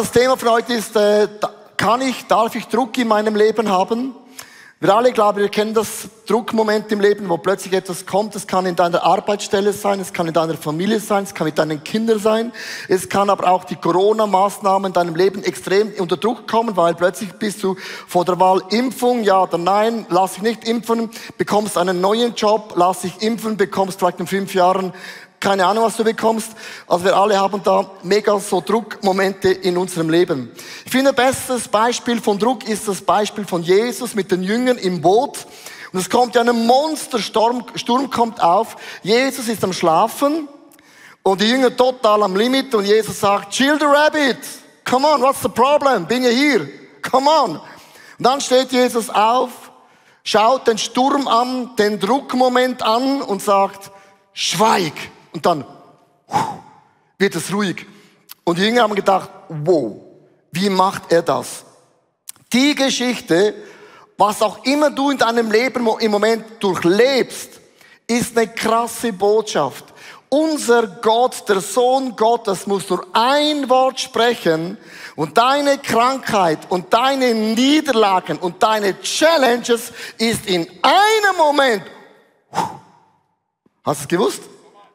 das Thema von heute ist, darf ich Druck in meinem Leben haben? Wir alle, glaube ich, wir kennen das Druckmoment im Leben, wo plötzlich etwas kommt. Es kann in deiner Arbeitsstelle sein, es kann in deiner Familie sein, es kann mit deinen Kindern sein. Es kann aber auch die Corona-Maßnahmen in deinem Leben extrem unter Druck kommen, weil plötzlich bist du vor der Wahl Impfung, ja oder nein, lass dich nicht impfen, bekommst einen neuen Job, lass dich impfen, bekommst vielleicht in 5 Jahren keine Ahnung, was du bekommst. Also wir alle haben da mega so Druckmomente in unserem Leben. Ich finde, bestes Beispiel von Druck ist das Beispiel von Jesus mit den Jüngern im Boot. Und es kommt ja ein Monstersturm kommt auf. Jesus ist am Schlafen und die Jünger total am Limit und Jesus sagt, chill the rabbit. Come on, what's the problem? Bin ja hier. Come on. Und dann steht Jesus auf, schaut den Sturm an, den Druckmoment an und sagt, schweig. Und dann wird es ruhig. Und die Jünger haben gedacht, wow, wie macht er das? Die Geschichte, was auch immer du in deinem Leben im Moment durchlebst, ist eine krasse Botschaft. Unser Gott, der Sohn Gottes, muss nur ein Wort sprechen und deine Krankheit und deine Niederlagen und deine Challenges ist in einem Moment. Hast du es gewusst?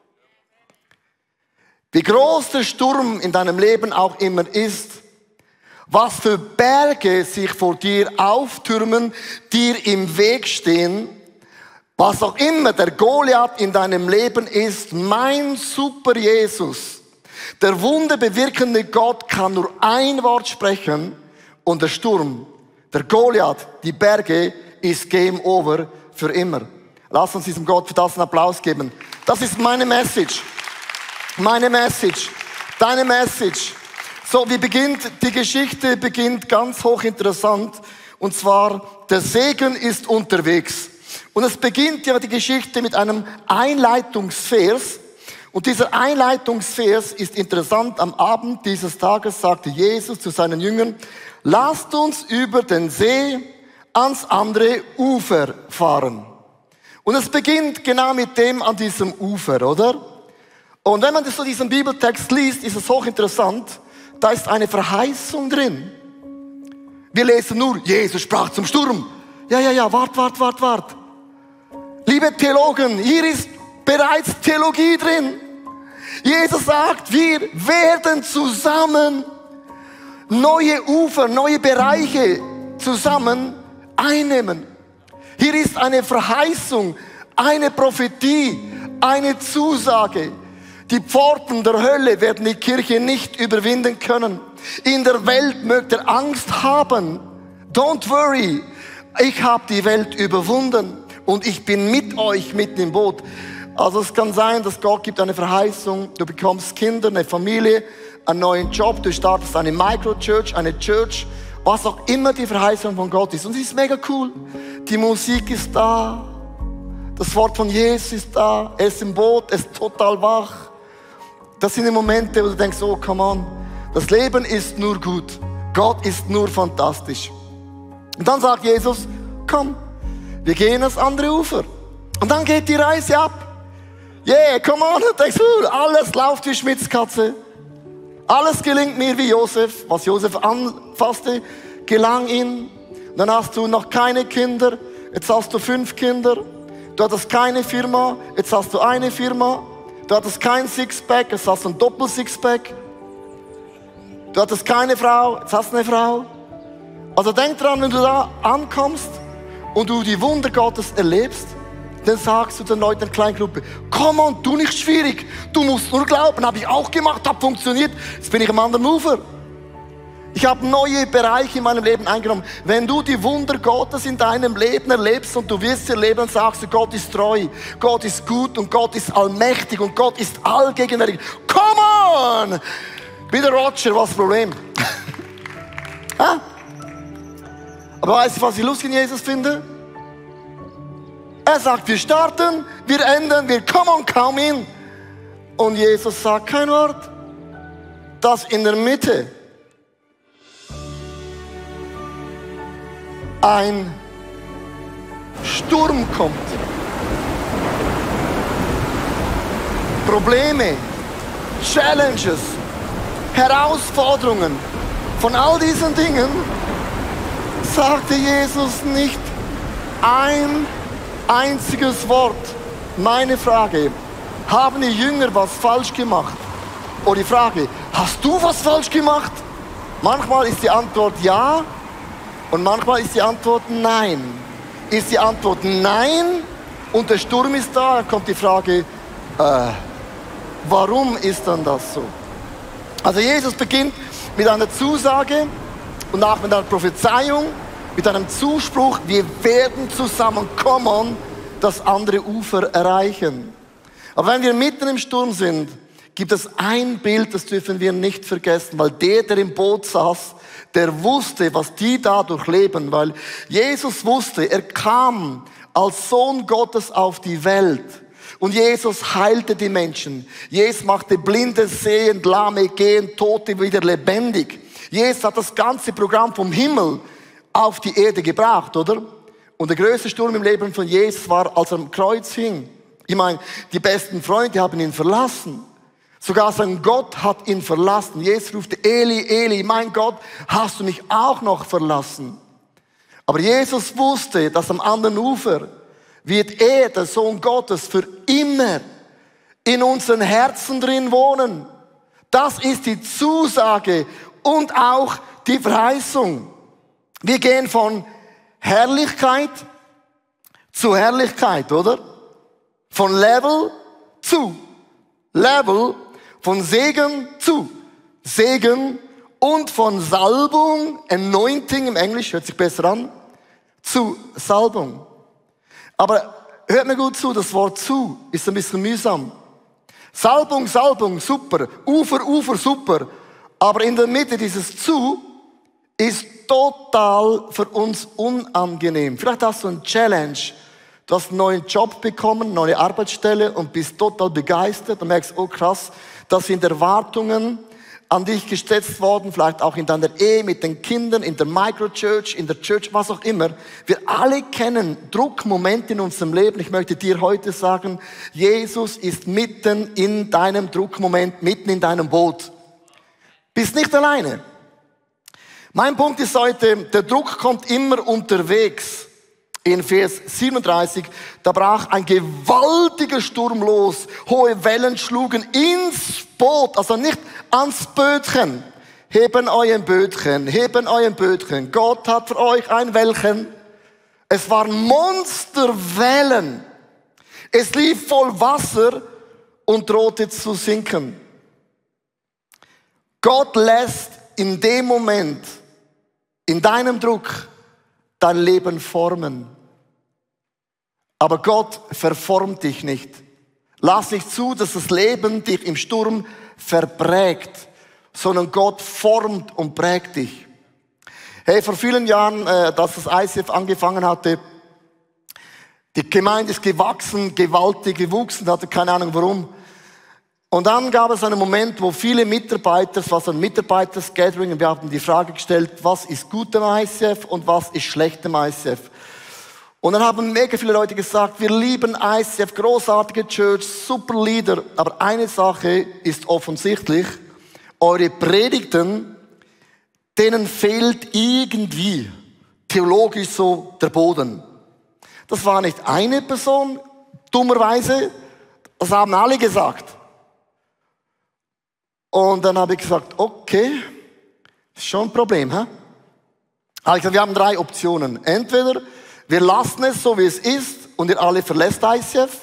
Wie groß der Sturm in deinem Leben auch immer ist, was für Berge sich vor dir auftürmen, dir im Weg stehen, was auch immer der Goliath in deinem Leben ist, mein super Jesus, der wunderbewirkende Gott kann nur ein Wort sprechen und der Sturm, der Goliath, die Berge, ist Game Over für immer. Lass uns diesem Gott für das einen Applaus geben. Das ist meine Message. Meine Message, deine Message. So, die Geschichte beginnt ganz hochinteressant. Und zwar, der Segen ist unterwegs. Und es beginnt ja die Geschichte mit einem Einleitungsvers. Und dieser Einleitungsvers ist interessant. Am Abend dieses Tages sagte Jesus zu seinen Jüngern, lasst uns über den See ans andere Ufer fahren. Und es beginnt genau mit dem an diesem Ufer, oder? Und wenn man so diesen Bibeltext liest, ist es hochinteressant. Da ist eine Verheißung drin. Wir lesen nur, Jesus sprach zum Sturm. Ja, wart. Liebe Theologen, hier ist bereits Theologie drin. Jesus sagt, wir werden zusammen neue Ufer, neue Bereiche zusammen einnehmen. Hier ist eine Verheißung, eine Prophetie, eine Zusage. Die Pforten der Hölle werden die Kirche nicht überwinden können. In der Welt mögt ihr Angst haben. Don't worry. Ich habe die Welt überwunden und ich bin mit euch mitten im Boot. Also es kann sein, dass Gott gibt eine Verheißung. Du bekommst Kinder, eine Familie, einen neuen Job. Du startest eine Microchurch, eine Church. Was auch immer die Verheißung von Gott ist. Und es ist mega cool. Die Musik ist da. Das Wort von Jesus ist da. Er ist im Boot, er ist total wach. Das sind die Momente, wo du denkst, oh, come on. Das Leben ist nur gut. Gott ist nur fantastisch. Und dann sagt Jesus, komm, wir gehen ans andere Ufer. Und dann geht die Reise ab. Yeah, come on. Du denkst, alles läuft wie Schmitzkatze. Alles gelingt mir wie Josef. Was Josef anfasste, gelang ihm. Dann hast du noch keine Kinder. Jetzt hast du 5 Kinder. Du hattest keine Firma. Jetzt hast du eine Firma. Du hattest kein Sixpack, jetzt hast du ein Doppel-Sixpack. Du hattest keine Frau, jetzt hast du eine Frau. Also denk dran, wenn du da ankommst und du die Wunder Gottes erlebst, dann sagst du den Leuten in der kleinen Gruppe, komm on, tu nicht schwierig, du musst nur glauben, habe ich auch gemacht, hat funktioniert, jetzt bin ich am anderen Ufer. Ich habe neue Bereiche in meinem Leben eingenommen. Wenn du die Wunder Gottes in deinem Leben erlebst und du wirst sie erleben, dann sagst du, Gott ist treu, Gott ist gut und Gott ist allmächtig und Gott ist allgegenwärtig. Come on! Wieder Roger, was das Problem? Aber weißt du, was ich lustig in Jesus finde? Er sagt, wir starten, wir enden, wir come on, come in. Und Jesus sagt kein Wort. Das in der Mitte ein Sturm kommt. Probleme, Challenges, Herausforderungen, Von all diesen Dingen sagte Jesus nicht ein einziges Wort. Meine Frage, haben die Jünger was falsch gemacht? Oder die Frage, hast du was falsch gemacht? Manchmal ist die Antwort ja und manchmal ist die Antwort nein. Ist die Antwort nein und der Sturm ist da, dann kommt die Frage, warum ist dann das so? Also Jesus beginnt mit einer Zusage und auch mit einer Prophezeiung, mit einem Zuspruch, wir werden zusammenkommen, das andere Ufer erreichen. Aber wenn wir mitten im Sturm sind, gibt es ein Bild, das dürfen wir nicht vergessen, weil der im Boot saß, der wusste, was die da durchleben, weil Jesus wusste, er kam als Sohn Gottes auf die Welt. Und Jesus heilte die Menschen. Jesus machte Blinde sehend, Lahme gehen, Tote wieder lebendig. Jesus hat das ganze Programm vom Himmel auf die Erde gebracht, oder? Und der größte Sturm im Leben von Jesus war, als er am Kreuz hing. Ich meine, die besten Freunde haben ihn verlassen. Sogar sein Gott hat ihn verlassen. Jesus rufte, Eli, Eli, mein Gott, hast du mich auch noch verlassen? Aber Jesus wusste, dass am anderen Ufer wird er, der Sohn Gottes, für immer in unseren Herzen drin wohnen. Das ist die Zusage und auch die Verheißung. Wir gehen von Herrlichkeit zu Herrlichkeit, oder? Von Level zu Level, von Segen zu Segen und von Salbung, Anointing im Englisch, hört sich besser an, zu Salbung. Aber hört mir gut zu, das Wort zu ist ein bisschen mühsam. Salbung, Salbung, super. Ufer, Ufer, super. Aber in der Mitte dieses zu ist total für uns unangenehm. Vielleicht hast du eine Challenge. Du hast einen neuen Job bekommen, neue Arbeitsstelle und bist total begeistert und merkst, oh krass, das sind Erwartungen an dich gesetzt worden, vielleicht auch in deiner Ehe, mit den Kindern, in der Microchurch, in der Church, was auch immer. Wir alle kennen Druckmomente in unserem Leben. Ich möchte dir heute sagen, Jesus ist mitten in deinem Druckmoment, mitten in deinem Boot. Bist nicht alleine. Mein Punkt ist heute, der Druck kommt immer unterwegs. In Vers 37, da brach ein gewaltiger Sturm los. Hohe Wellen schlugen ins Boot, also nicht ans Bötchen. Heben euer Bötchen, heben euer Bötchen. Gott hat für euch ein Wellchen. Es waren Monsterwellen. Es lief voll Wasser und drohte zu sinken. Gott lässt in dem Moment, in deinem Druck, dein Leben formen. Aber Gott verformt dich nicht. Lass nicht zu, dass das Leben dich im Sturm verprägt, sondern Gott formt und prägt dich. Hey, vor vielen Jahren, dass das ICF angefangen hatte, die Gemeinde ist gewachsen, gewaltig gewachsen, hatte keine Ahnung warum. Und dann gab es einen Moment, wo viele Mitarbeiter, es war so ein Mitarbeitersgathering, und wir haben die Frage gestellt, was ist gut am ICF und was ist schlecht am ICF? Und dann haben mega viele Leute gesagt, wir lieben ICF, großartige Church, super Leader, aber eine Sache ist offensichtlich, eure Predigten, denen fehlt irgendwie theologisch so der Boden. Das war nicht eine Person, dummerweise, das haben alle gesagt. Und dann habe ich gesagt, okay, ist schon ein Problem, hä? Also wir haben 3 Optionen. Entweder wir lassen es so, wie es ist und ihr alle verlässt ICF.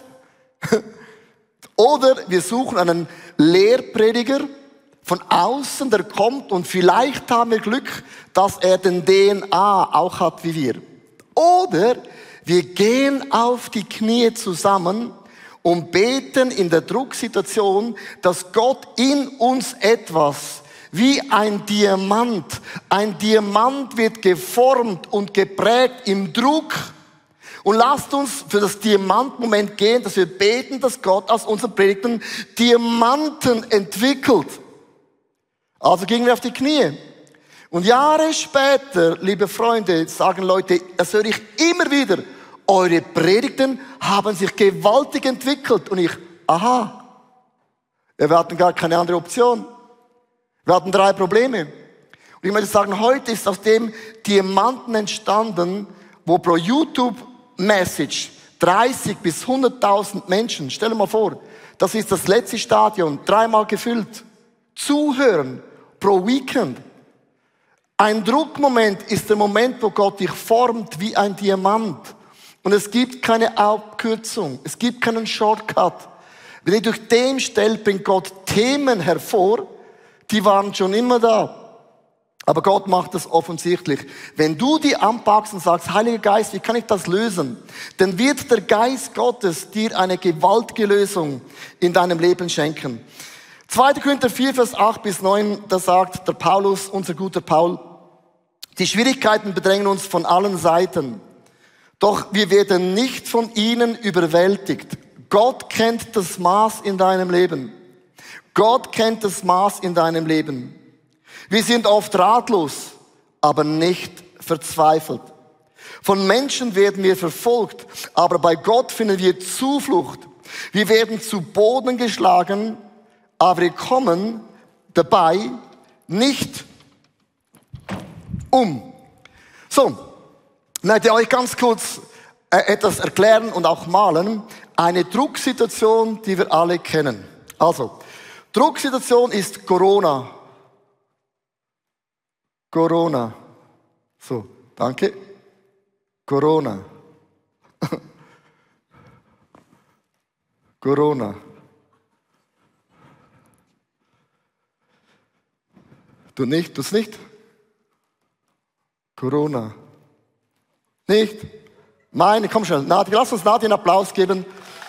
Oder wir suchen einen Lehrprediger von außen, der kommt und vielleicht haben wir Glück, dass er den DNA auch hat wie wir. Oder wir gehen auf die Knie zusammen und beten in der Drucksituation, dass Gott in uns etwas wie ein Diamant wird geformt und geprägt im Druck. Und lasst uns für das Diamantmoment gehen, dass wir beten, dass Gott aus unseren Predigten Diamanten entwickelt. Also gingen wir auf die Knie. Und Jahre später, liebe Freunde, sagen Leute, das höre ich immer wieder, eure Predigten haben sich gewaltig entwickelt. Und ich, aha, wir hatten gar keine andere Option. Wir hatten 3 Probleme. Und Ich möchte sagen, heute ist aus dem Diamanten entstanden, wo pro YouTube-Message 30 bis 100.000 Menschen, stell dir mal vor, das ist das letzte Stadion, 3-mal gefüllt, zuhören pro Weekend. Ein Druckmoment ist der Moment, wo Gott dich formt wie ein Diamant. Und es gibt keine Abkürzung, es gibt keinen Shortcut. Wenn ihr durch den stellt, bringt Gott Themen hervor, die waren schon immer da. Aber Gott macht das offensichtlich. Wenn du die anpackst und sagst, Heiliger Geist, wie kann ich das lösen? Dann wird der Geist Gottes dir eine gewaltige Lösung in deinem Leben schenken. 2. Korinther 4, Vers 8 bis 9, da sagt der Paulus, unser guter Paul, die Schwierigkeiten bedrängen uns von allen Seiten. Doch wir werden nicht von ihnen überwältigt. Gott kennt das Maß in deinem Leben. Gott kennt das Maß in deinem Leben. Wir sind oft ratlos, aber nicht verzweifelt. Von Menschen werden wir verfolgt, aber bei Gott finden wir Zuflucht. Wir werden zu Boden geschlagen, aber wir kommen dabei nicht um. So, ich möchte euch ganz kurz etwas erklären und auch malen. Eine Drucksituation, die wir alle kennen. Also, Drucksituation ist Corona. Corona. So, danke. Corona. Corona. Du nicht? Tu's nicht? Corona. Nicht? Meine, komm schnell. Nadia, lass uns Nadia einen Applaus geben.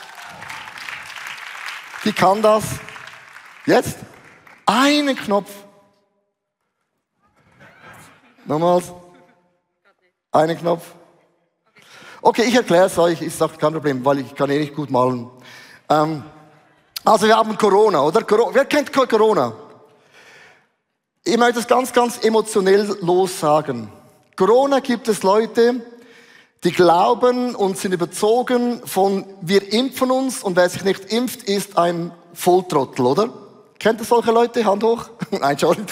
Die kann das. Jetzt? Einen Knopf. Nochmals. Einen Knopf. Okay, ich erkläre es euch. Ist auch kein Problem, weil ich kann nicht gut malen. Also wir haben Corona, oder? Wer kennt Corona? Ich möchte es ganz, ganz emotionell lossagen. Corona gibt es Leute, die glauben und sind überzogen von, wir impfen uns und wer sich nicht impft, ist ein Volltrottel, oder? Kennt ihr solche Leute? Hand hoch. Nein, schon.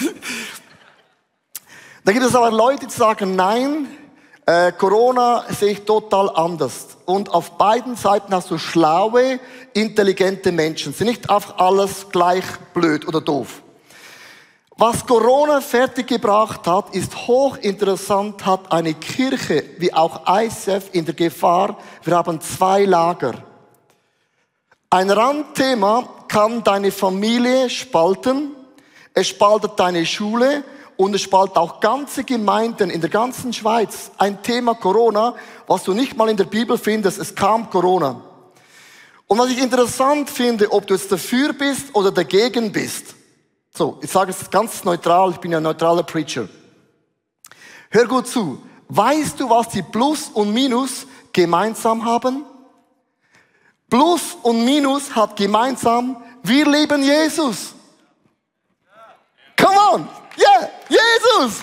Da gibt es aber Leute, die sagen, nein, Corona sehe ich total anders. Und auf beiden Seiten hast du schlaue, intelligente Menschen. Sind nicht einfach alles gleich blöd oder doof. Was Corona fertiggebracht hat, ist hochinteressant, hat eine Kirche wie auch ICF in der Gefahr. Wir haben 2 Lager. Ein Randthema kann deine Familie spalten, es spaltet deine Schule und es spaltet auch ganze Gemeinden in der ganzen Schweiz. Ein Thema Corona, was du nicht mal in der Bibel findest, es kam Corona. Und was ich interessant finde, ob du jetzt dafür bist oder dagegen bist. So, ich sage es ganz neutral, ich bin ja ein neutraler Preacher. Hör gut zu. Weißt du, was die Plus und Minus gemeinsam haben? Plus und Minus hat gemeinsam, wir lieben Jesus. Come on! Yeah, Jesus!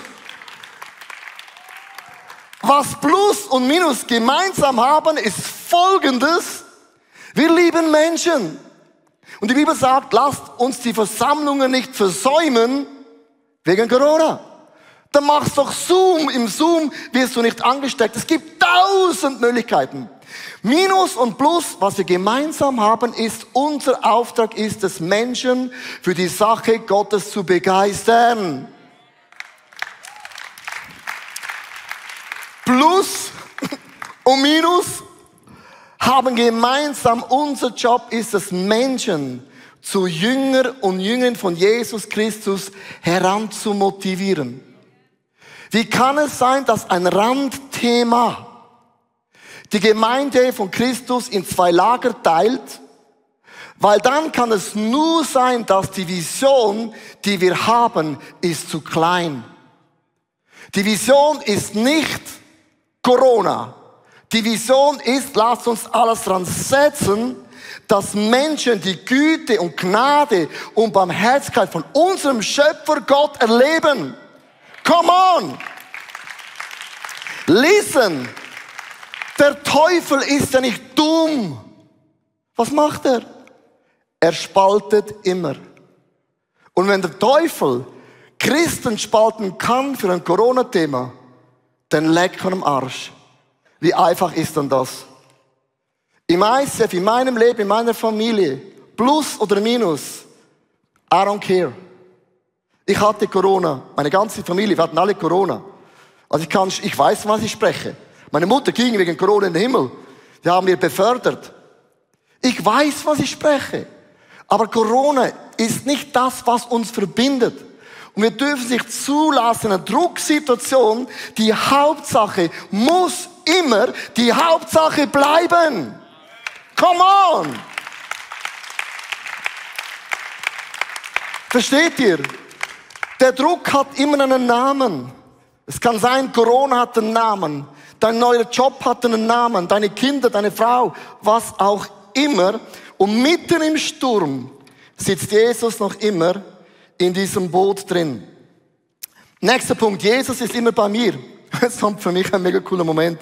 Was Plus und Minus gemeinsam haben, ist Folgendes. Wir lieben Menschen. Und die Bibel sagt, lasst uns die Versammlungen nicht versäumen wegen Corona. Dann machst doch Zoom. Im Zoom wirst du nicht angesteckt. Es gibt 1000 Möglichkeiten. Minus und Plus, was wir gemeinsam haben, ist, unser Auftrag ist es, Menschen für die Sache Gottes zu begeistern. Plus und Minus haben gemeinsam, unser Job ist es, Menschen zu Jünger und Jüngern von Jesus Christus heranzumotivieren. Wie kann es sein, dass ein Randthema die Gemeinde von Christus in 2 Lager teilt? Weil dann kann es nur sein, dass die Vision, die wir haben, ist zu klein. Die Vision ist nicht Corona. Die Vision ist, lasst uns alles dran setzen, dass Menschen die Güte und Gnade und Barmherzigkeit von unserem Schöpfer Gott erleben. Come on! Listen! Der Teufel ist ja nicht dumm. Was macht er? Er spaltet immer. Und wenn der Teufel Christen spalten kann für ein Corona-Thema, dann leck am Arsch. Wie einfach ist denn das? Im ICF, in meinem Leben, in meiner Familie, plus oder minus, I don't care. Ich hatte Corona, meine ganze Familie, wir hatten alle Corona. Also ich weiß, was ich spreche. Meine Mutter ging wegen Corona in den Himmel. Die haben wir befördert. Ich weiß, was ich spreche. Aber Corona ist nicht das, was uns verbindet. Und wir dürfen nicht zulassen, in einer Drucksituation, die Hauptsache muss immer die Hauptsache bleiben. Come on! Versteht ihr? Der Druck hat immer einen Namen. Es kann sein, Corona hat einen Namen. Dein neuer Job hat einen Namen. Deine Kinder, deine Frau, was auch immer. Und mitten im Sturm sitzt Jesus noch immer in diesem Boot drin. Nächster Punkt. Jesus ist immer bei mir. Das kommt für mich ein mega cooler Moment.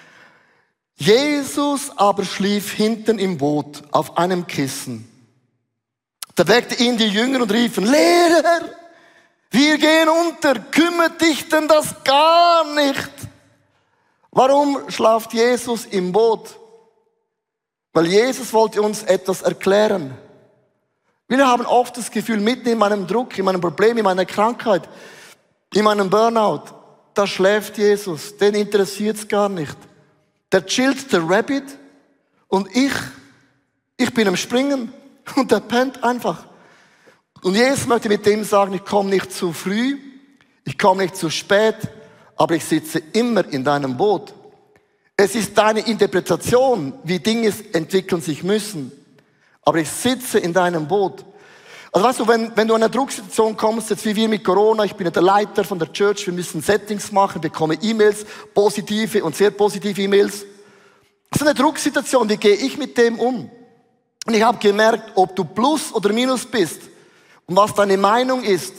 Jesus aber schlief hinten im Boot auf einem Kissen. Da weckte ihn die Jünger und riefen, Lehrer, wir gehen unter, kümmert dich denn das gar nicht? Warum schlaft Jesus im Boot? Weil Jesus wollte uns etwas erklären. Wir haben oft das Gefühl, mitten in meinem Druck, in meinem Problem, in meiner Krankheit, in meinem Burnout, da schläft Jesus, den interessiert's gar nicht. Der chillt der Rabbit und ich bin am Springen und der pennt einfach. Und Jesus möchte mit dem sagen, ich komme nicht zu früh, ich komme nicht zu spät, aber ich sitze immer in deinem Boot. Es ist deine Interpretation, wie Dinge entwickeln sich müssen. Aber ich sitze in deinem Boot. Also weißt du, wenn du in eine Drucksituation kommst, jetzt wie wir mit Corona, ich bin ja der Leiter von der Church, wir müssen Settings machen, bekomme E-Mails, positive und sehr positive E-Mails. Das ist eine Drucksituation, wie gehe ich mit dem um? Und ich habe gemerkt, ob du Plus oder Minus bist und was deine Meinung ist,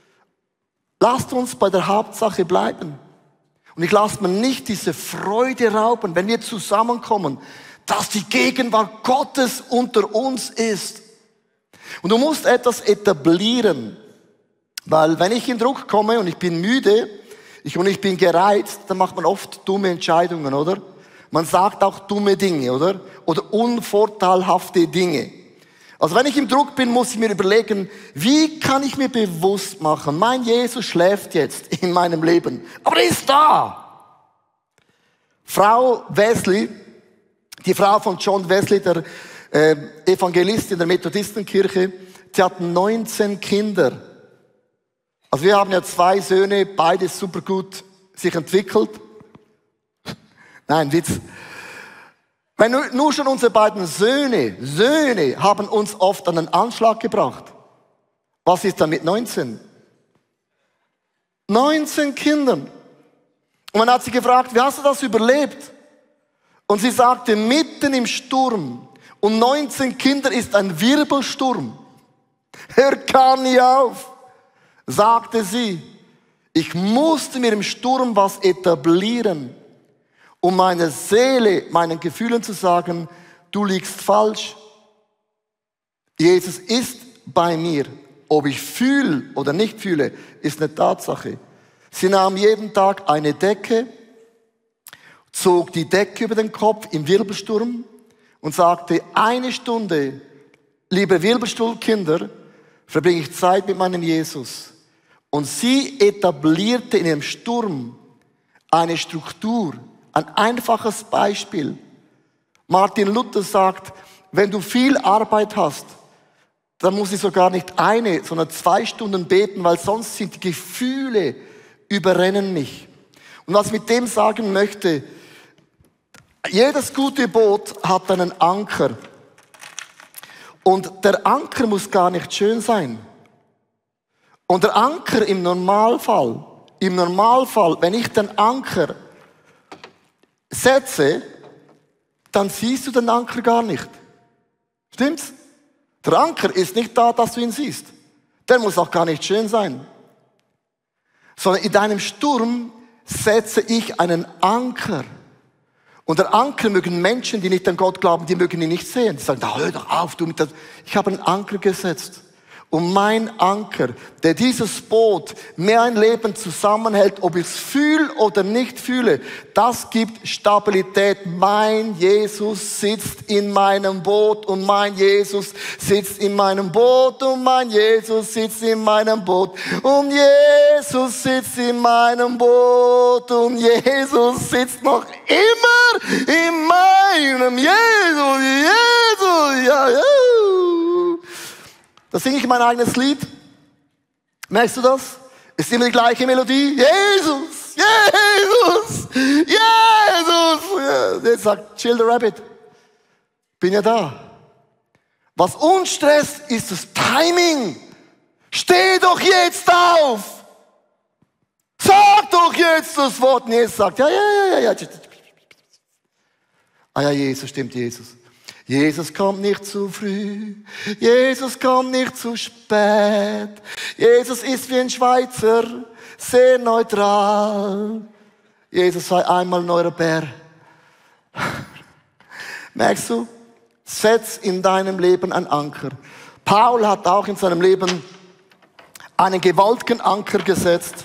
lasst uns bei der Hauptsache bleiben. Und ich lasse mir nicht diese Freude rauben, wenn wir zusammenkommen, dass die Gegenwart Gottes unter uns ist. Und du musst etwas etablieren, weil wenn ich in Druck komme und ich bin müde und ich bin gereizt, dann macht man oft dumme Entscheidungen, oder? Man sagt auch dumme Dinge, oder? Oder unvorteilhafte Dinge. Also wenn ich im Druck bin, muss ich mir überlegen, wie kann ich mir bewusst machen, mein Jesus schläft jetzt in meinem Leben, aber er ist da. Frau Wesley, die Frau von John Wesley, der Evangelist in der Methodistenkirche, die hat 19 Kinder. Also wir haben ja 2 Söhne, beide super gut sich entwickelt. Nein, Witz. Wenn nur schon unsere beiden Söhne haben uns oft an den Anschlag gebracht. Was ist dann mit 19? 19 Kindern. Und man hat sie gefragt, wie hast du das überlebt? Und sie sagte, mitten im Sturm und 19 Kinder ist ein Wirbelsturm. Hör gar nie auf, sagte sie. Ich musste mir im Sturm was etablieren, um meiner Seele, meinen Gefühlen zu sagen, du liegst falsch. Jesus ist bei mir. Ob ich fühle oder nicht fühle, ist eine Tatsache. Sie nahm jeden Tag eine Decke, zog die Decke über den Kopf im Wirbelsturm und sagte, 1 Stunde, liebe Wirbelsturmkinder, verbringe ich Zeit mit meinem Jesus. Und sie etablierte in ihrem Sturm eine Struktur, ein einfaches Beispiel. Martin Luther sagt, wenn du viel Arbeit hast, dann muss ich sogar nicht 1, sondern 2 Stunden beten, weil sonst sind die Gefühle überrennen mich. Und was ich mit dem sagen möchte, jedes gute Boot hat einen Anker. Und der Anker muss gar nicht schön sein. Und der Anker im Normalfall, wenn ich den Anker setze, dann siehst du den Anker gar nicht. Stimmt's? Der Anker ist nicht da, dass du ihn siehst. Der muss auch gar nicht schön sein. Sondern in deinem Sturm setze ich einen Anker. Und der Anker mögen Menschen, die nicht an Gott glauben, die mögen ihn nicht sehen. Die sagen, hör doch auf, du mit das. Ich habe einen Anker gesetzt. und mein Anker, der dieses Boot, mein Leben zusammenhält, ob ich es fühle oder nicht fühle, das gibt Stabilität. Mein Jesus sitzt in meinem Boot und mein Jesus sitzt in meinem Boot und mein Jesus sitzt in meinem Boot und Jesus sitzt in meinem Boot und Jesus sitzt noch immer in meinem Jesus, ja, ja. Da singe ich mein eigenes Lied. Merkst du das? Ist immer die gleiche Melodie. Jesus, Jesus, Jesus. Ja, jetzt sagt Chill the Rabbit. Bin ja da. Was uns stresst, ist das Timing. Steh doch jetzt auf. Sag doch jetzt das Wort. Und Jesus sagt, ja. Ah ja, Jesus, stimmt, Jesus. Jesus kommt nicht zu früh, Jesus kommt nicht zu spät. Jesus ist wie ein Schweizer, sehr neutral. Jesus sei einmal ein neuer Bär. Merkst du? Setz in deinem Leben einen Anker. Paul hat auch in seinem Leben einen gewaltigen Anker gesetzt.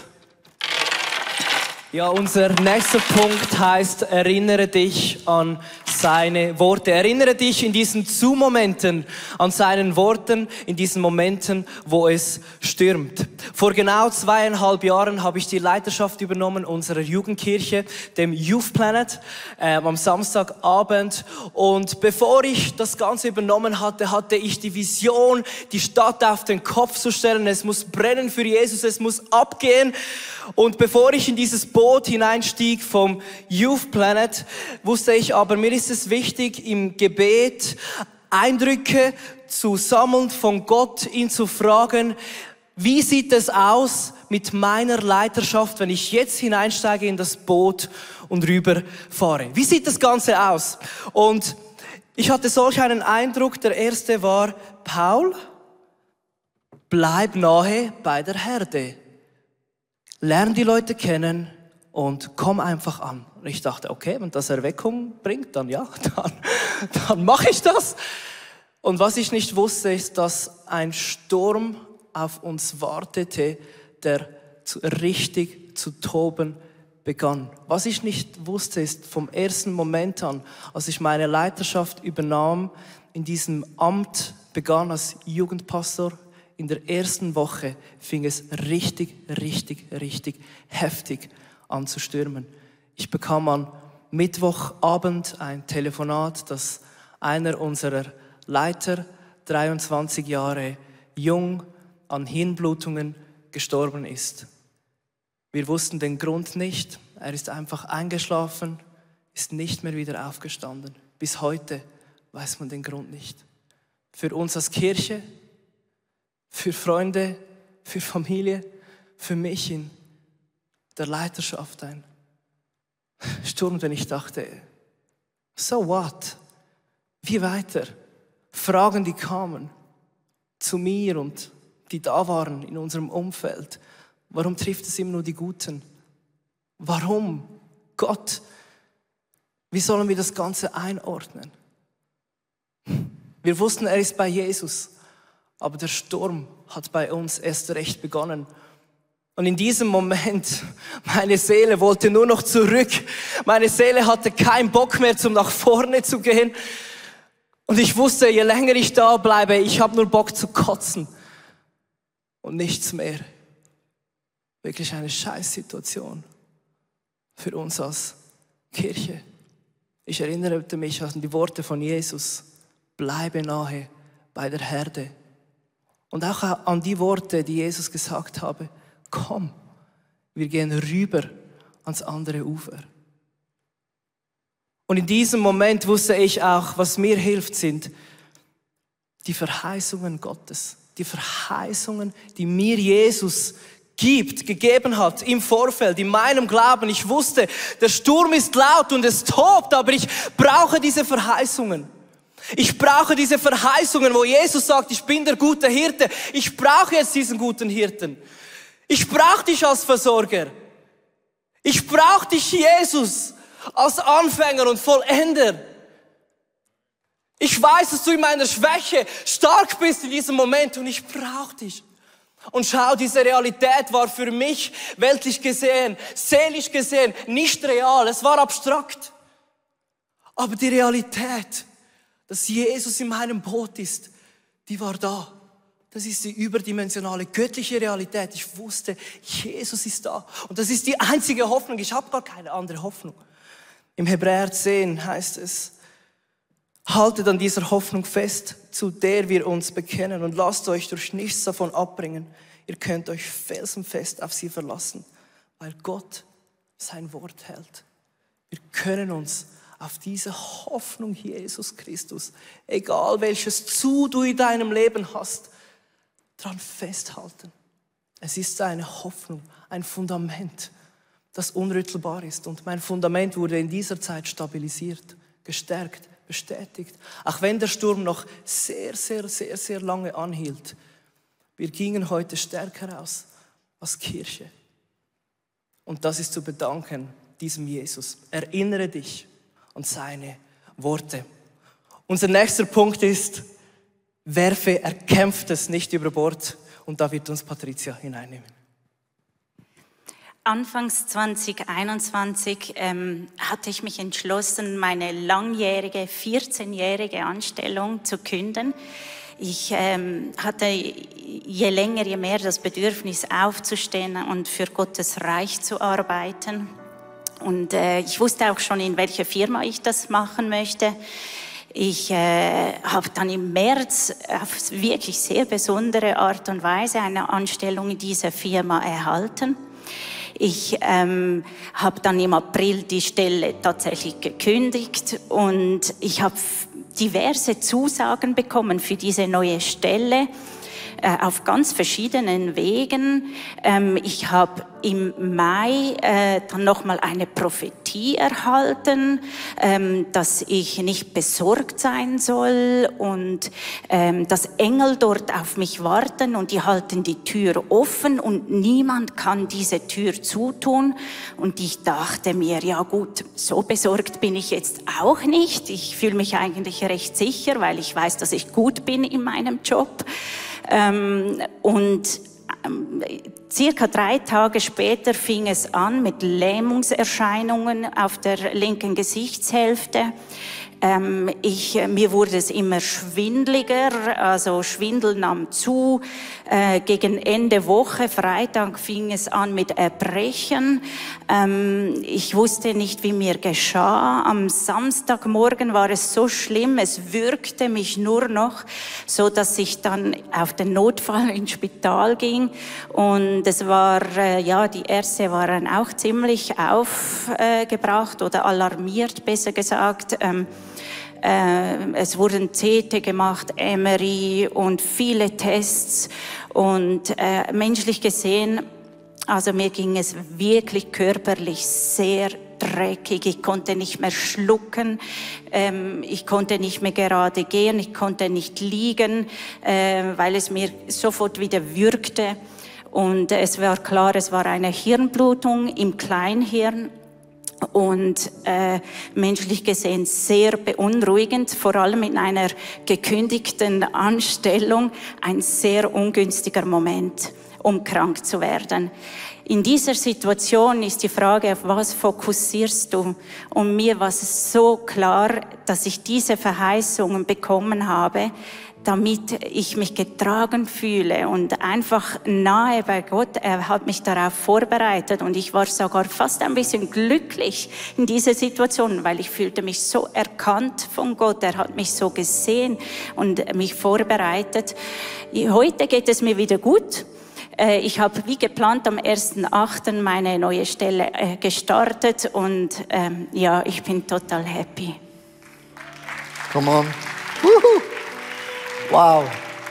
Ja, unser nächster Punkt heißt, erinnere dich an seine Worte. Erinnere dich in diesen Zu-Momenten an seinen Worten, in diesen Momenten, wo es stürmt. Vor genau 2,5 Jahren habe ich die Leiterschaft übernommen unserer Jugendkirche, dem Youth Planet, am Samstagabend. Und bevor ich das Ganze übernommen hatte, hatte ich die Vision, die Stadt auf den Kopf zu stellen. Es muss brennen für Jesus, es muss abgehen. Und bevor ich in dieses Boot hineinstieg vom Youth Planet, wusste ich aber, mir ist es wichtig, im Gebet Eindrücke zu sammeln von Gott, ihn zu fragen, wie sieht es aus mit meiner Leiterschaft, wenn ich jetzt hineinsteige in das Boot und rüberfahre? Wie sieht das Ganze aus? Und ich hatte solch einen Eindruck, der erste war, Paul, bleib nahe bei der Herde. Lern die Leute kennen und komm einfach an. Und ich dachte, okay, wenn das Erweckung bringt, dann ja, dann mache ich das. Und was ich nicht wusste, ist, dass ein Sturm auf uns wartete, der richtig zu toben begann. Was ich nicht wusste, ist vom ersten Moment an, als ich meine Leiterschaft übernahm, in diesem Amt begann als Jugendpastor, in der ersten Woche fing es richtig heftig an zu stürmen. Ich bekam am Mittwochabend ein Telefonat, dass einer unserer Leiter, 23 Jahre jung, an Hirnblutungen gestorben ist. Wir wussten den Grund nicht. Er ist einfach eingeschlafen, ist nicht mehr wieder aufgestanden. Bis heute weiß man den Grund nicht. Für uns als Kirche, für Freunde, für Familie, für mich in der Leiterschaft ein Sturm, wenn ich dachte, so what? Wie weiter? Fragen, die kamen zu mir und die da waren in unserem Umfeld. Warum trifft es immer nur die Guten? Warum? Gott, wie sollen wir das Ganze einordnen? Wir wussten, er ist bei Jesus. Aber der Sturm hat bei uns erst recht begonnen. Und in diesem Moment, meine Seele wollte nur noch zurück. Meine Seele hatte keinen Bock mehr, zum nach vorne zu gehen. Und ich wusste, je länger ich da bleibe, ich habe nur Bock zu kotzen. Und nichts mehr. Wirklich eine Scheißsituation für uns als Kirche. Ich erinnerte mich an die Worte von Jesus. Bleibe nahe bei der Herde. Und auch an die Worte, die Jesus gesagt habe, komm, wir gehen rüber ans andere Ufer. Und in diesem Moment wusste ich auch, was mir hilft, sind die Verheißungen Gottes. Die Verheißungen, die mir Jesus gegeben hat im Vorfeld, in meinem Glauben. Ich wusste, der Sturm ist laut und es tobt, aber ich brauche diese Verheißungen. Ich brauche diese Verheißungen, wo Jesus sagt, ich bin der gute Hirte. Ich brauche jetzt diesen guten Hirten. Ich brauche dich als Versorger. Ich brauche dich, Jesus, als Anfänger und Vollender. Ich weiß, dass du in meiner Schwäche stark bist in diesem Moment und ich brauche dich. Und schau, diese Realität war für mich weltlich gesehen, seelisch gesehen nicht real. Es war abstrakt. Aber die Realität, dass Jesus in meinem Boot ist, die war da. Das ist die überdimensionale, göttliche Realität. Ich wusste, Jesus ist da. Und das ist die einzige Hoffnung. Ich habe gar keine andere Hoffnung. Im Hebräer 10 heißt es, haltet an dieser Hoffnung fest, zu der wir uns bekennen und lasst euch durch nichts davon abbringen. Ihr könnt euch felsenfest auf sie verlassen, weil Gott sein Wort hält. Wir können uns auf diese Hoffnung Jesus Christus, egal welches du in deinem Leben hast, dran festhalten. Es ist eine Hoffnung, ein Fundament, das unrüttelbar ist. Und mein Fundament wurde in dieser Zeit stabilisiert, gestärkt, bestätigt. Auch wenn der Sturm noch sehr, sehr, sehr, sehr lange anhielt. Wir gingen heute stärker aus als Kirche. Und das ist zu bedanken diesem Jesus. Erinnere dich an seine Worte. Unser nächster Punkt ist, werfe Erkämpftes nicht über Bord. Und da wird uns Patricia hineinnehmen. Anfangs 2021 hatte ich mich entschlossen, meine langjährige, 14-jährige Anstellung zu künden. Ich hatte je länger, je mehr das Bedürfnis aufzustehen und für Gottes Reich zu arbeiten. Und ich wusste auch schon, in welcher Firma ich das machen möchte. Ich habe dann im März auf wirklich sehr besondere Art und Weise eine Anstellung in dieser Firma erhalten. Ich habe dann im April die Stelle tatsächlich gekündigt und ich habe diverse Zusagen bekommen für diese neue Stelle auf ganz verschiedenen Wegen. Ich habe im Mai dann nochmal eine Prophetie erhalten, dass ich nicht besorgt sein soll und dass Engel dort auf mich warten und die halten die Tür offen und niemand kann diese Tür zutun. Und ich dachte mir, ja gut, so besorgt bin ich jetzt auch nicht. Ich fühle mich eigentlich recht sicher, weil ich weiß, dass ich gut bin in meinem Job. Circa 3 Tage später fing es an mit Lähmungserscheinungen auf der linken Gesichtshälfte. Mir wurde es immer schwindeliger, also Schwindel nahm zu. Gegen Ende Woche, Freitag, fing es an mit Erbrechen. Ich wusste nicht, wie mir geschah. Am Samstagmorgen war es so schlimm, es würgte mich nur noch, so dass ich dann auf den Notfall ins Spital ging. Und es war, die Ärzte waren auch ziemlich aufgebracht oder alarmiert, besser gesagt. Es wurden CT gemacht, MRI und viele Tests und menschlich gesehen, also mir ging es wirklich körperlich sehr dreckig. Ich konnte nicht mehr schlucken, ich konnte nicht mehr gerade gehen, ich konnte nicht liegen, weil es mir sofort wieder würgte. Und es war klar, es war eine Hirnblutung im Kleinhirn. Und menschlich gesehen sehr beunruhigend, vor allem in einer gekündigten Anstellung, ein sehr ungünstiger Moment, um krank zu werden. In dieser Situation ist die Frage, auf was fokussierst du? Und mir war es so klar, dass ich diese Verheißungen bekommen habe, damit ich mich getragen fühle und einfach nahe bei Gott. Er hat mich darauf vorbereitet und ich war sogar fast ein bisschen glücklich in dieser Situation, weil ich fühlte mich so erkannt von Gott. Er hat mich so gesehen und mich vorbereitet. Heute geht es mir wieder gut. Ich habe wie geplant am 1.8. meine neue Stelle gestartet und ich bin total happy. Come on. Woohoo. Wow.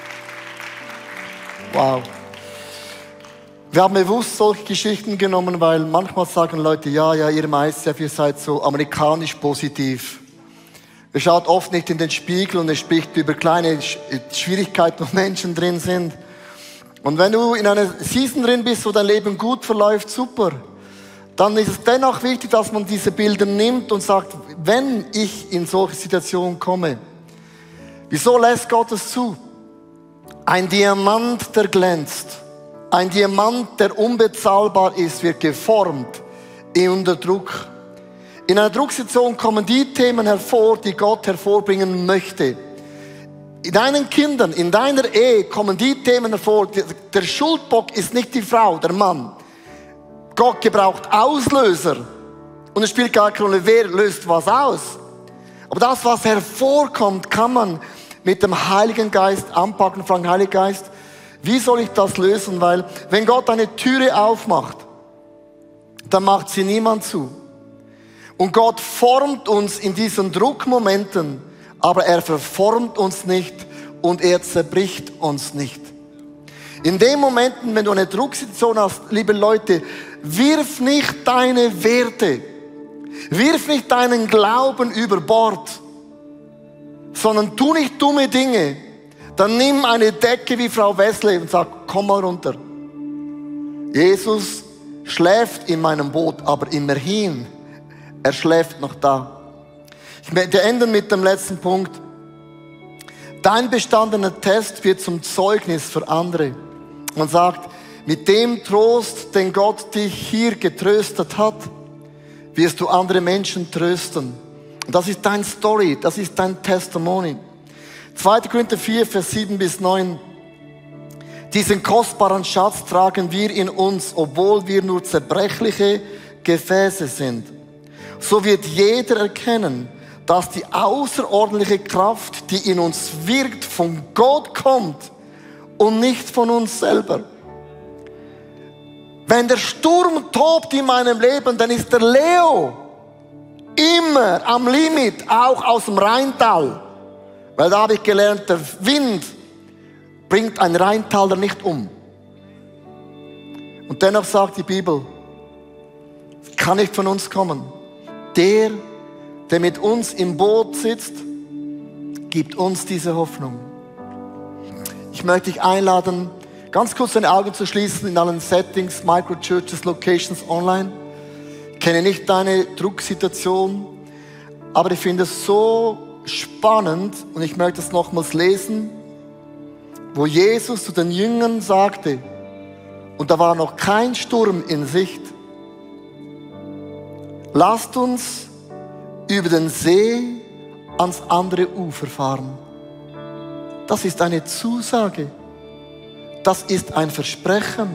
Wow. Wir haben bewusst solche Geschichten genommen, weil manchmal sagen Leute, ja, ihr meist, ihr seid so amerikanisch positiv. Ihr schaut oft nicht in den Spiegel und ihr spricht über kleine Schwierigkeiten, wo Menschen drin sind. Und wenn du in einer Season drin bist, wo dein Leben gut verläuft, super. Dann ist es dennoch wichtig, dass man diese Bilder nimmt und sagt, wenn ich in solche Situationen komme, Wieso lässt Gott es zu? Ein Diamant, der glänzt, ein Diamant, der unbezahlbar ist, wird geformt unter Druck. In einer Drucksituation kommen die Themen hervor, die Gott hervorbringen möchte. In deinen Kindern, in deiner Ehe kommen die Themen hervor. Der Schuldbock ist nicht die Frau, der Mann. Gott gebraucht Auslöser. Und es spielt gar keine Rolle, wer löst was aus. Aber das, was hervorkommt, kann man mit dem Heiligen Geist anpacken. Fragen, Heiliger Geist, wie soll ich das lösen? Weil, wenn Gott eine Türe aufmacht, dann macht sie niemand zu. Und Gott formt uns in diesen Druckmomenten, aber er verformt uns nicht und er zerbricht uns nicht. In den Momenten, wenn du eine Drucksituation hast, liebe Leute, wirf nicht deine Werte, wirf nicht deinen Glauben über Bord, sondern tu nicht dumme Dinge. Dann nimm eine Decke wie Frau Wesley und sag, komm mal runter. Jesus schläft in meinem Boot, aber immerhin, er schläft noch da. Ich möchte enden mit dem letzten Punkt. Dein bestandener Test wird zum Zeugnis für andere. Man sagt, mit dem Trost, den Gott dich hier getröstet hat, wirst du andere Menschen trösten. Und das ist dein Story, das ist dein Testimony. 2. Korinther 4, Vers 7 bis 9. Diesen kostbaren Schatz tragen wir in uns, obwohl wir nur zerbrechliche Gefäße sind. So wird jeder erkennen, dass die außerordentliche Kraft, die in uns wirkt, von Gott kommt und nicht von uns selber. Wenn der Sturm tobt in meinem Leben, dann ist der Leo immer am Limit, auch aus dem Rheintal. Weil da habe ich gelernt, der Wind bringt einen Rheintaler nicht um. Und dennoch sagt die Bibel, kann nicht von uns kommen. Der mit uns im Boot sitzt, gibt uns diese Hoffnung. Ich möchte dich einladen, ganz kurz deine Augen zu schließen in allen Settings, Microchurches, Locations, online. Ich kenne nicht deine Drucksituation, aber ich finde es so spannend und ich möchte es nochmals lesen, wo Jesus zu den Jüngern sagte, und da war noch kein Sturm in Sicht, lasst uns über den See ans andere Ufer fahren. Das ist eine Zusage. Das ist ein Versprechen.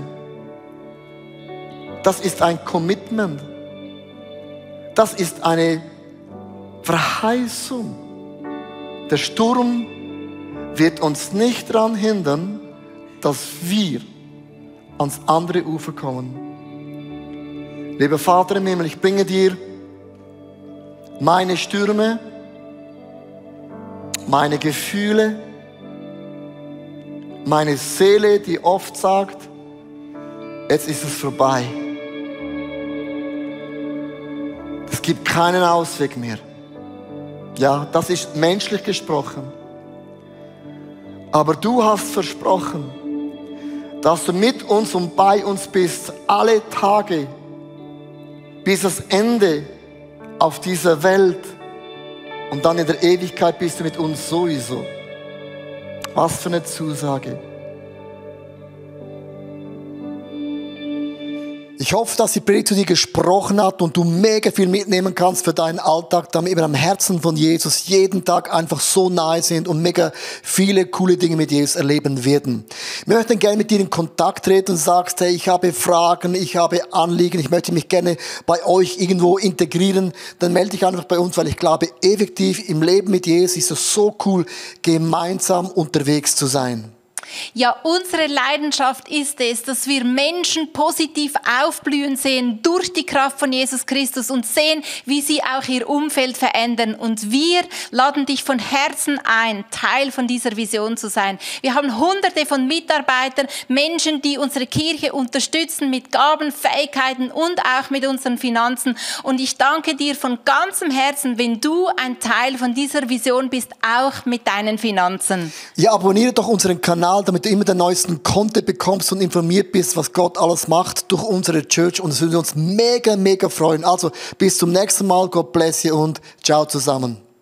Das ist ein Commitment. Das ist eine Verheißung. Der Sturm wird uns nicht daran hindern, dass wir ans andere Ufer kommen. Lieber Vater im Himmel, ich bringe dir meine Stürme, meine Gefühle, meine Seele, die oft sagt, jetzt ist es vorbei. Es gibt keinen Ausweg mehr. Ja, das ist menschlich gesprochen. Aber du hast versprochen, dass du mit uns und bei uns bist, alle Tage, bis das Ende auf dieser Welt. Und dann in der Ewigkeit bist du mit uns sowieso. Was für eine Zusage. Ich hoffe, dass die Predigt zu dir gesprochen hat und du mega viel mitnehmen kannst für deinen Alltag, damit wir am Herzen von Jesus jeden Tag einfach so nahe sind und mega viele coole Dinge mit Jesus erleben werden. Wir möchten gerne mit dir in Kontakt treten und sagst, hey, ich habe Fragen, ich habe Anliegen, ich möchte mich gerne bei euch irgendwo integrieren, dann melde dich einfach bei uns, weil ich glaube, effektiv im Leben mit Jesus ist es so cool, gemeinsam unterwegs zu sein. Ja, unsere Leidenschaft ist es, dass wir Menschen positiv aufblühen sehen durch die Kraft von Jesus Christus und sehen, wie sie auch ihr Umfeld verändern. Und wir laden dich von Herzen ein, Teil von dieser Vision zu sein. Wir haben Hunderte von Mitarbeitern, Menschen, die unsere Kirche unterstützen mit Gaben, Fähigkeiten und auch mit unseren Finanzen. Und ich danke dir von ganzem Herzen, wenn du ein Teil von dieser Vision bist, auch mit deinen Finanzen. Ja, abonniere doch unseren Kanal, damit du immer den neuesten Content bekommst und informiert bist, was Gott alles macht durch unsere Church. Und es würde uns mega, mega freuen. Also bis zum nächsten Mal. God bless you und ciao zusammen.